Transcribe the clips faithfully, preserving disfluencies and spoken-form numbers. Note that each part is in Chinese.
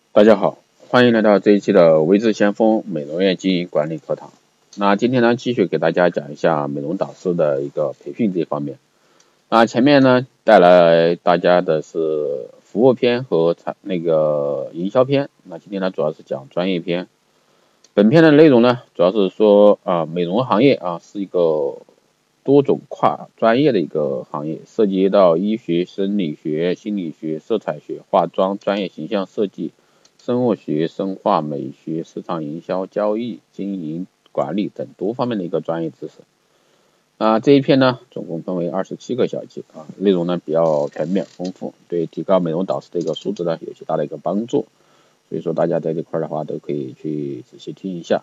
大家好，欢迎来到这一期的微智先锋美容院经营管理课堂。那今天呢，继续给大家讲一下美容导师的一个培训这方面。那前面呢，带来大家的是服务篇和那个营销篇。那今天呢，主要是讲专业篇。本篇的内容呢，主要是说啊，美容行业啊是一个多种跨专业的一个行业，涉及到医学、生理学、心理学、色彩学、化妆、专业形象设计、生物学、生化美学、市场营销、交易、经营管理等多方面的一个专业知识。啊，这一篇呢，总共分为二十七个小节啊，内容呢比较全面丰富，对提高美容导师的一个素质呢有极大的一个帮助。所以说大家在这块的话都可以去仔细听一下。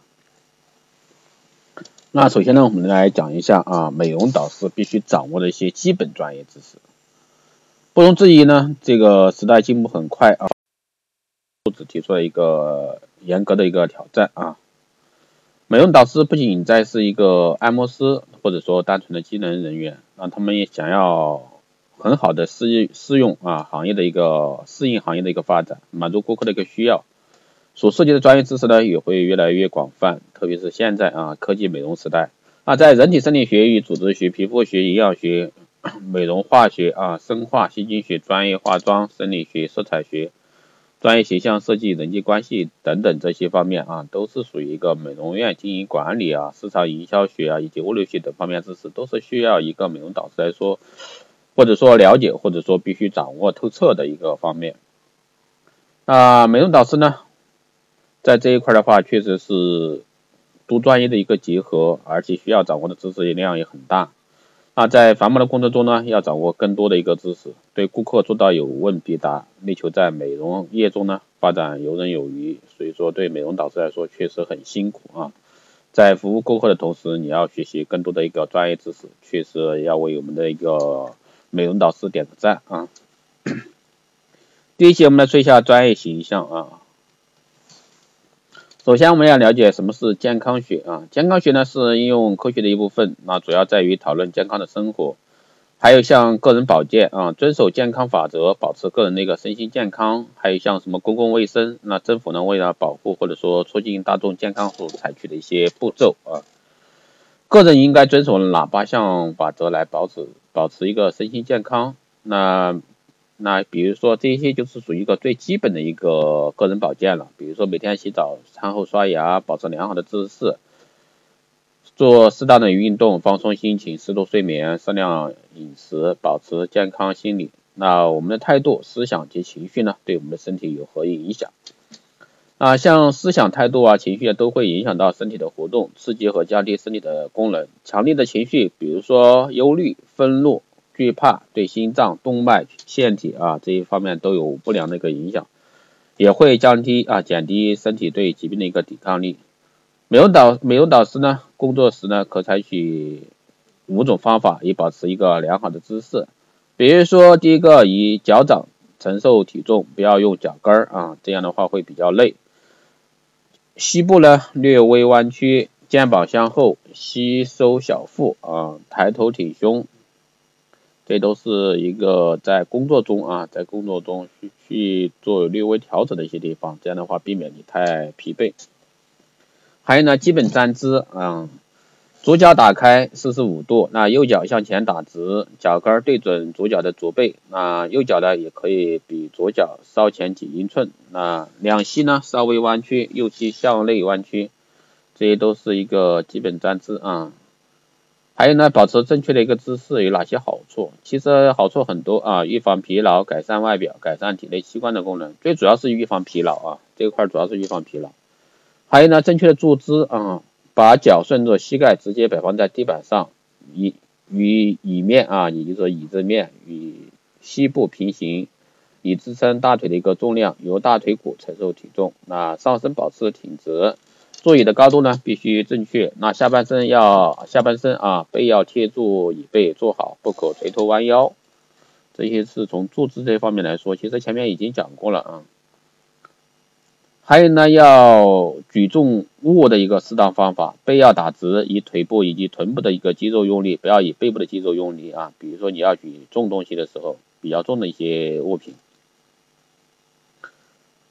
那首先呢，我们来讲一下啊，美容导师必须掌握的一些基本专业知识。不容置疑呢，这个时代进步很快啊，素质提出了一个严格的一个挑战啊。美容导师不仅在是一个按摩师或者说单纯的技能人员，那他们也想要很好的适适用啊行业的一个适应行业的一个发展，满足顾客的一个需要。所涉及的专业知识呢也会越来越广泛，特别是现在啊科技美容时代啊，在人体生理学与组织学、皮肤学、营养学、美容化学啊、生化新经学、专业化妆、生理学、色彩学、专业形象设计、人际关系等等这些方面啊，都是属于一个美容院经营管理啊、市场营销学啊以及物流学等方面知识，都是需要一个美容导师来说，或者说了解，或者说必须掌握透彻的一个方面。那美容导师呢，在这一块的话，确实是多专业的一个结合，而且需要掌握的知识量也很大。那在繁忙的工作中呢，要掌握更多的一个知识，对顾客做到有问必答，力求在美容业中呢发展游刃有余。所以说，对美容导师来说确实很辛苦啊。在服务顾客的同时，你要学习更多的一个专业知识，确实要为我们的一个美容导师点个赞啊。第一期我们来说一下专业形象啊。首先我们要了解什么是健康学啊，健康学呢是应用科学的一部分，那主要在于讨论健康的生活，还有像个人保健啊，遵守健康法则，保持个人的一个身心健康，还有像什么公共卫生，那政府呢为了保护或者说促进大众健康所采取的一些步骤啊，个人应该遵守哪八项法则来保持保持一个身心健康。那那比如说这些就是属于一个最基本的一个个人保健了，比如说每天洗澡、餐后刷牙，保持良好的姿势，做适当的运动，放松心情，适度睡眠，适量饮食，保持健康心理。那我们的态度、思想及情绪呢，对我们的身体有何影响？啊，像思想、态度啊、情绪都会影响到身体的活动，刺激和降低身体的功能。强烈的情绪，比如说忧虑、愤怒、惧怕，对心脏、动脉、腺体啊这一方面都有不良的一个影响，也会降低啊减低身体对疾病的一个抵抗力。美容导美容导师呢，工作时呢可采取五种方法以保持一个良好的姿势。比如说，第一个以脚掌承受体重，不要用脚跟啊，这样的话会比较累。膝部呢略微弯曲，肩膀向后，吸收小腹啊，抬头挺胸。这都是一个在工作中啊，在工作中去去做略微调整的一些地方，这样的话避免你太疲惫。还有呢，基本站姿啊，左脚打开四十五度，那右脚向前打直，脚跟对准左脚的左背，那右脚呢也可以比左脚稍前几英寸，那两膝呢稍微弯曲，右膝向内弯曲，这些都是一个基本站姿啊。还有呢，保持正确的一个姿势有哪些好处？其实好处很多啊，预防疲劳，改善外表，改善体内器官的功能，最主要是预防疲劳啊，这一块主要是预防疲劳。还有呢，正确的坐姿啊，把脚顺着膝盖直接摆放在地板上，以与椅面啊，也就是说椅子面与膝部平行，以支撑大腿的一个重量，由大腿骨承受体重。那上身保持挺直。座椅的高度呢必须正确，那下半身要下半身啊背要贴住椅背坐好，不可垂头弯腰。这些是从坐姿这方面来说，其实前面已经讲过了啊。还有呢，要举重握的一个适当方法，背要打直，以腿部以及臀部的一个肌肉用力，不要以背部的肌肉用力啊。比如说你要举重东西的时候，比较重的一些物品。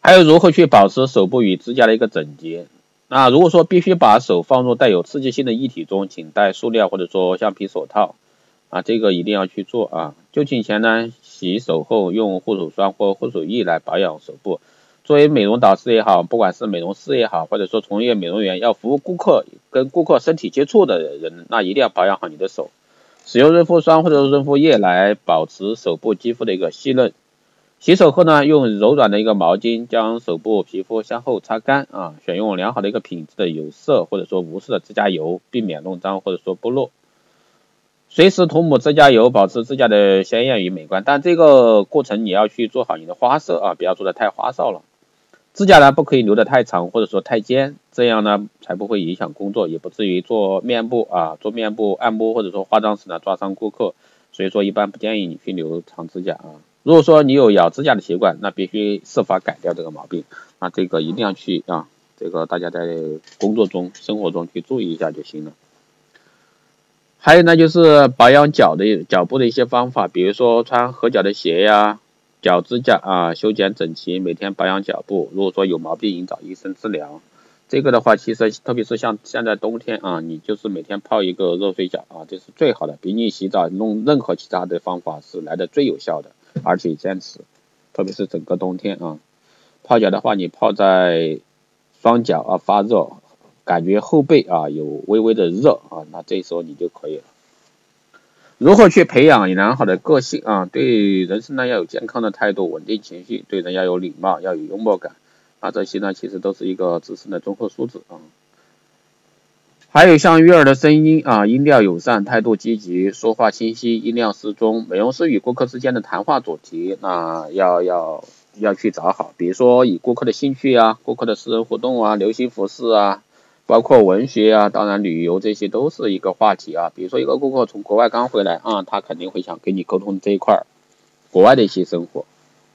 还有如何去保持手部与指甲的一个整洁。那如果说必须把手放入带有刺激性的液体中，请戴塑料或者说橡皮手套啊，这个一定要去做啊。就寝前呢，洗手后用护手霜或护手液来保养手部。作为美容导师也好，不管是美容师也好，或者说从业美容员，要服务顾客跟顾客身体接触的人，那一定要保养好你的手。使用润肤霜或者润肤液来保持手部肌肤的一个细嫩。洗手后呢，用柔软的一个毛巾将手部皮肤向后擦干啊，选用良好的一个品质的有色或者说无色的指甲油，避免弄脏或者说剥落。随时涂抹指甲油，保持指甲的鲜艳与美观，但这个过程你要去做好你的花色啊，不要做的太花哨了。指甲呢不可以留得太长或者说太尖，这样呢才不会影响工作，也不至于做面部啊做面部按摩或者说化妆时呢抓伤顾客。所以说一般不建议你去留长指甲啊。如果说你有咬指甲的习惯，那必须设法改掉这个毛病。那这个一定要去啊，这个大家在工作中、生活中去注意一下就行了。还有呢，就是保养脚的脚部的一些方法，比如说穿合脚的鞋呀，脚指甲啊修剪整齐，每天保养脚部。如果说有毛病，应找医生治疗。这个的话，其实特别是像现在冬天啊，你就是每天泡一个热水脚啊，这是最好的，比你洗澡弄任何其他的方法是来的最有效的，而且坚持。特别是整个冬天啊，泡脚的话，你泡在双脚啊发热，感觉后背啊有微微的热啊，那这时候你就可以了。如何去培养良好的个性啊？对人生呢要有健康的态度，稳定情绪，对人要有礼貌，要有幽默感啊，这些呢其实都是一个自身的综合素质啊。还有像悦耳的声音啊，音调友善，态度积极，说话清晰，音量适中。美容师与顾客之间的谈话主题，那要要要去找好，比如说以顾客的兴趣啊、顾客的私人活动啊、流行服饰啊，包括文学啊，当然旅游这些都是一个话题啊。比如说一个顾客从国外刚回来啊，他肯定会想跟你沟通这一块国外的一些生活。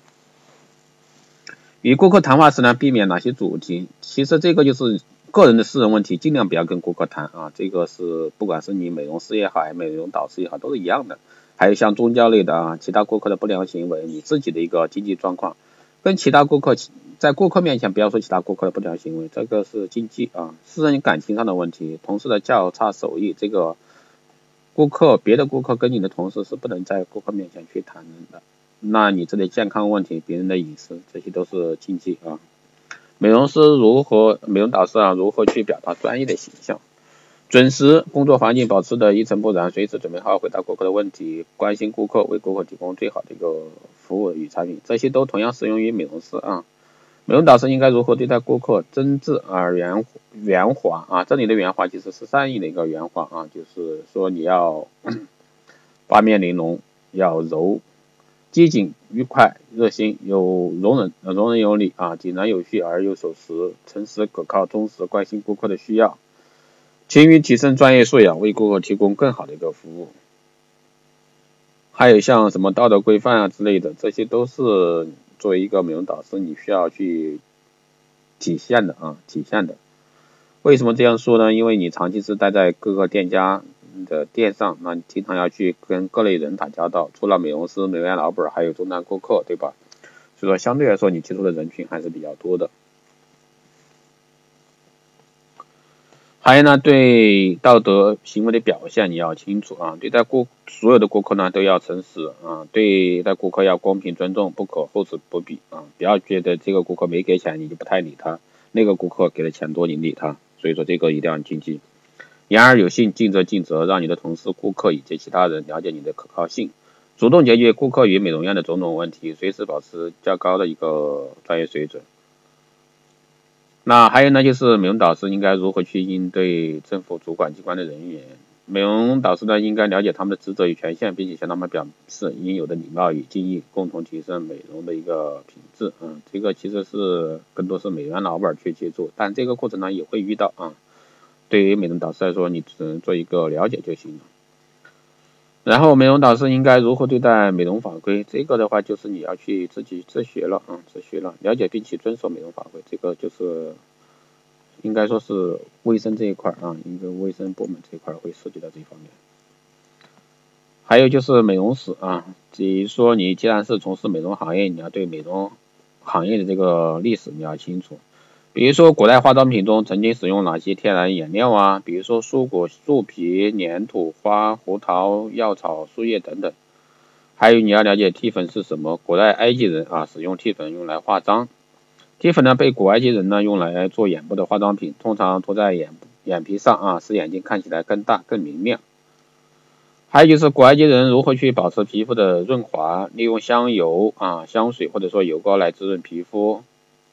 与顾客谈话时呢，避免哪些主题？其实这个就是个人的私人问题，尽量不要跟顾客谈啊。这个是不管是你美容师也好，还是美容导师也好，都是一样的。还有像宗教类的啊，其他顾客的不良行为，你自己的一个经济状况，跟其他顾客在顾客面前不要说其他顾客的不良行为，这个是禁忌啊。私人感情上的问题，同事的较差手艺，这个顾客别的顾客跟你的同事是不能在顾客面前去谈的。那你这里健康问题、别人的隐私，这些都是禁忌啊。美容师如何，美容导师啊，如何去表达专业的形象？准时，工作环境保持的一尘不染，随时准备好回答顾客的问题，关心顾客，为顾客提供最好的一个服务与产品，这些都同样适用于美容师啊。美容导师应该如何对待顾客？真挚而圆圆滑啊，这里的圆滑其实是善意的一个圆滑啊，就是说你要八面玲珑，要柔。机警、愉快、热心、有容忍、容忍有礼啊，井然有序而又守时，诚实可靠、忠实，关心顾客的需要，勤于提升专业素养，为顾客提供更好的一个服务。还有像什么道德规范啊之类的，这些都是作为一个美容导师你需要去体现的啊，体现的。为什么这样说呢？因为你长期是待在各个店家的店上，那你经常要去跟各类人打交道，除了美容师、美容院老板，还有终端顾客，对吧？所以说相对来说你接触的人群还是比较多的。还有呢，对道德行为的表现你要清楚啊，对待顾所有的顾客呢都要诚实啊，对待顾客要公平尊重，不可厚此薄彼啊，不要觉得这个顾客没给钱你就不太理他，那个顾客给了钱多你理他，所以说这个一定要谨记。言而有信，尽责尽责，让你的同事、顾客以及其他人了解你的可靠性，主动解决顾客与美容院的种种问题，随时保持较高的一个专业水准。那还有呢，就是美容导师应该如何去应对政府主管机关的人员？美容导师呢，应该了解他们的职责与权限，并且向他们表示应有的礼貌与敬意，共同提升美容的一个品质。嗯，这个其实是更多是美容院老板去接触，但这个过程呢也会遇到啊。对于美容导师来说，你只能做一个了解就行了。然后美容导师应该如何对待美容法规？这个的话就是你要去自己自学了啊，自学了，了解并且遵守美容法规。这个就是应该说是卫生这一块啊，一个卫生部门这一块会涉及到这方面。还有就是美容史啊，比如说你既然是从事美容行业，你要对美容行业的这个历史你要清楚。比如说古代化妆品中曾经使用哪些天然颜料啊？比如说树果、树皮、粘土、花、胡桃、药草、树叶等等。还有你要了解剃粉是什么？古代埃及人啊使用剃粉用来化妆。剃粉呢被古埃及人呢用来做眼部的化妆品，通常涂在眼眼皮上啊，使眼睛看起来更大更明亮。还有就是古埃及人如何去保持皮肤的润滑，利用香油啊、香水或者说油膏来滋润皮肤。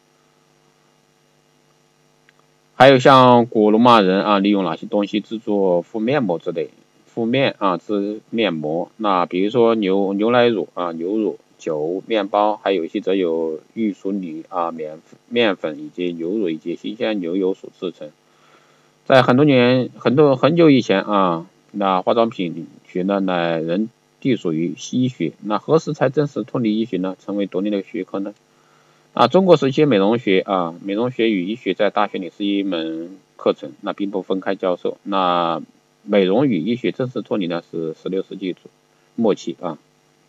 还有像古罗马人啊，利用哪些东西制作敷面膜之类，敷面啊制面膜。那比如说牛牛奶乳啊、牛乳、酒、面包，还有一些则有玉薯泥啊、面面粉以及牛乳以及新鲜牛油所制成。在很多年很多很久以前啊，那化妆品学呢乃仍隶属于医学，那何时才正式脱离医学呢，成为独立的学科呢？啊，中国时期美容学啊，美容学与医学在大学里是一门课程，那并不分开教授。那美容与医学正式脱离呢是十六世纪末期啊。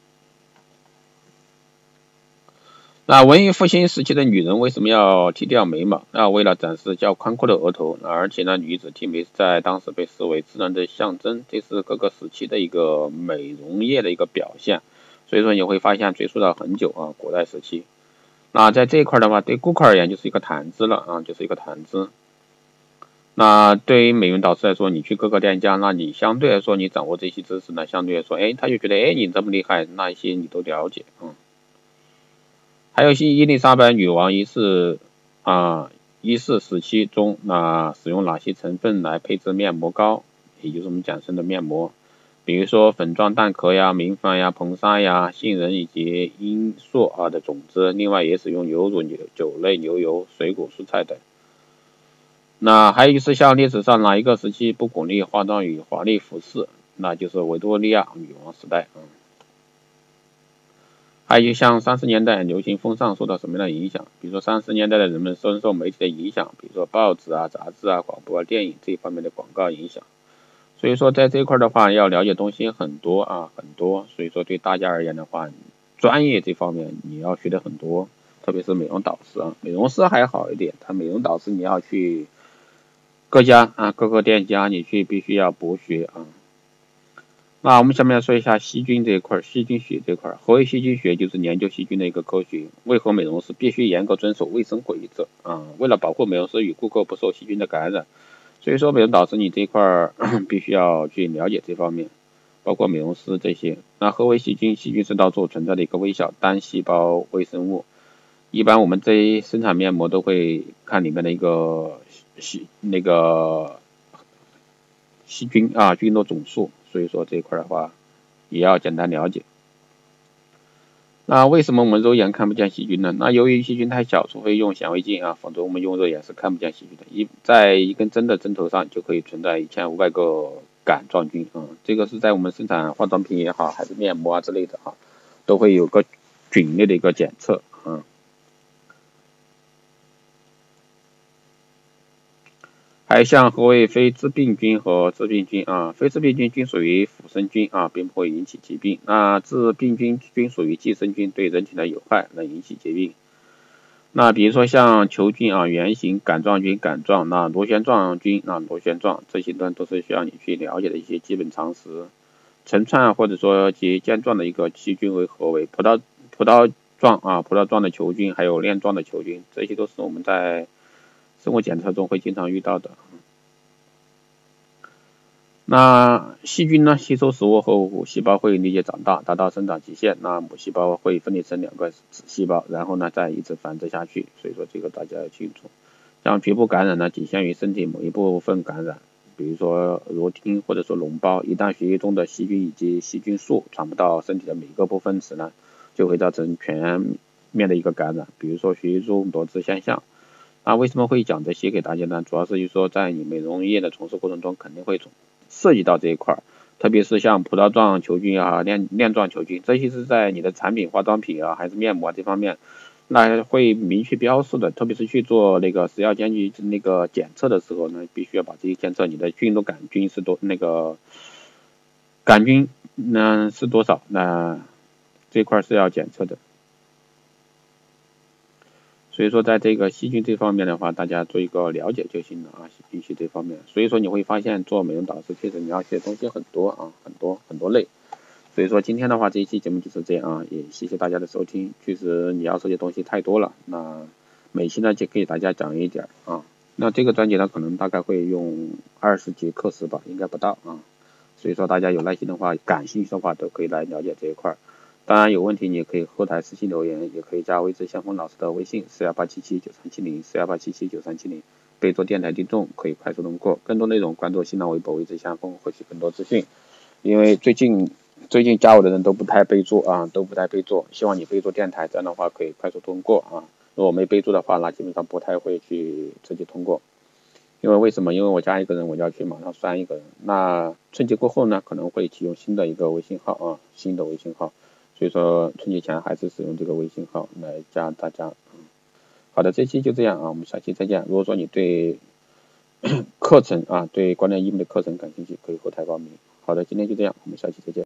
那文艺复兴时期的女人为什么要剃掉眉毛？那为了展示较宽阔的额头，而且呢，女子剃眉在当时被视为自然的象征，这是各个时期的一个美容业的一个表现。所以说你会发现追溯到很久啊，古代时期。那在这一块的话，对顾客而言就是一个谈资了啊，就是一个谈资。那对于美容导师来说，你去各个店家，那你相对来说你掌握这些知识呢，相对来说，哎，他就觉得，哎，你这么厉害，那一些你都了解啊。还有伊丽莎白女王一世啊，一世时期中，那使用哪些成分来配制面膜膏，也就是我们讲生的面膜？比如说粉状蛋壳呀、明矾呀、硼砂呀、杏仁以及罂粟啊的种子，另外也使用牛乳、牛酒类、牛油、水果、蔬菜等。那还有就是像历史上哪一个时期不鼓励化妆与华丽服饰？那就是维多利亚女王时代啊。还有像三十年代流行风尚受到什么样的影响？比如说三十年代的人们深受媒体的影响，比如说报纸啊、杂志啊、广播啊、电影这一方面的广告影响。所以说在这一块的话，要了解东西很多啊，很多。所以说对大家而言的话，专业这方面你要学的很多，特别是美容导师啊，美容师还好一点，他美容导师你要去各家啊各个店家，你去必须要博学啊。那我们下面来说一下细菌这一块，细菌学这一块。何为细菌学？就是研究细菌的一个科学。为何美容师必须严格遵守卫生规则啊？为了保护美容师与顾客不受细菌的感染，所以说美容导师你这一块必须要去了解这方面，包括美容师这些。那何为细菌？细菌是到处存在的一个微小单细胞微生物。一般我们这一生产面膜都会看里面的一个细那个细菌啊菌的总数。所以说这一块的话也要简单了解。那为什么我们肉眼看不见细菌呢？那由于细菌太小，除非用显微镜啊，否则我们用肉眼是看不见细菌的。一在一根针的针头上就可以存在一千五百个杆状菌啊，这个是在我们生产化妆品也好，还是面膜啊之类的啊，都会有个菌类的一个检测啊。还有像何谓非致病菌和致病菌啊？非致病菌均属于腐生菌啊，并不会引起疾病。那致病菌均属于寄生菌，对人体的有害，能引起疾病。那比如说像球菌啊、圆形杆状菌杆状，那螺旋状菌啊螺旋状，这些呢都是需要你去了解的一些基本常识。成串或者说及尖状的一个细菌为何为葡萄葡萄状啊葡萄状的球菌，还有链状的球菌，这些都是我们在生物检测中会经常遇到的。那细菌呢，吸收食物后，细胞会理解长大，达到生长极限，那母细胞会分裂成两个子细胞，然后呢再一直繁殖下去。所以说这个大家要清楚。像局部感染呢，仅限于身体某一部分感染，比如说乳厅或者说脓包，一旦血液中的细菌以及细菌素传不到身体的每个部分时呢，就会造成全面的一个感染，比如说血液中多脂现象。那为什么会讲这些给大家呢？主要是就是说在你美容业的从事过程中肯定会涉及到这一块，特别是像葡萄状球菌啊、链链状球菌，这些是在你的产品、化妆品啊还是面膜、啊、这方面，那会明确标示的。特别是去做那个食药监局那个检测的时候呢，必须要把这些检测你的菌毒杆菌是多那个杆菌呢是多少，那这块是要检测的。 所以说在这个细菌这方面的话，大家做一个了解就行了啊，细菌系这方面。所以说你会发现做美容导师确实你要学的东西很多啊，很多很多类。所以说今天的话这一期节目就是这样啊，也谢谢大家的收听。确实你要收集东西太多了，那每期呢就给大家讲一点啊。那这个专辑呢可能大概会用二十节课时吧，应该不到啊。所以说大家有耐心的话，感兴趣的话都可以来了解这一块。当然有问题你也可以后台私信留言，也可以加微知先锋老师的微信四幺八七七九三七零四幺八七七九三七零，备注电台听众可以快速通过。更多内容关注新浪微博微知先锋获取更多资讯。因为最近最近加我的人都不太备注啊，都不太备注，希望你备注电台，这样的话可以快速通过啊。如果没备注的话，那基本上不太会去直接通过。因为为什么？因为我加一个人，我就要去马上删一个人。那春节过后呢，可能会启用新的一个微信号啊，新的微信号。所以说春节前还是使用这个微信号来加大家。嗯、好的，这期就这样啊，我们下期再见。如果说你对课程啊，对关联医美的课程感兴趣，可以后台报名。好的，今天就这样，我们下期再见。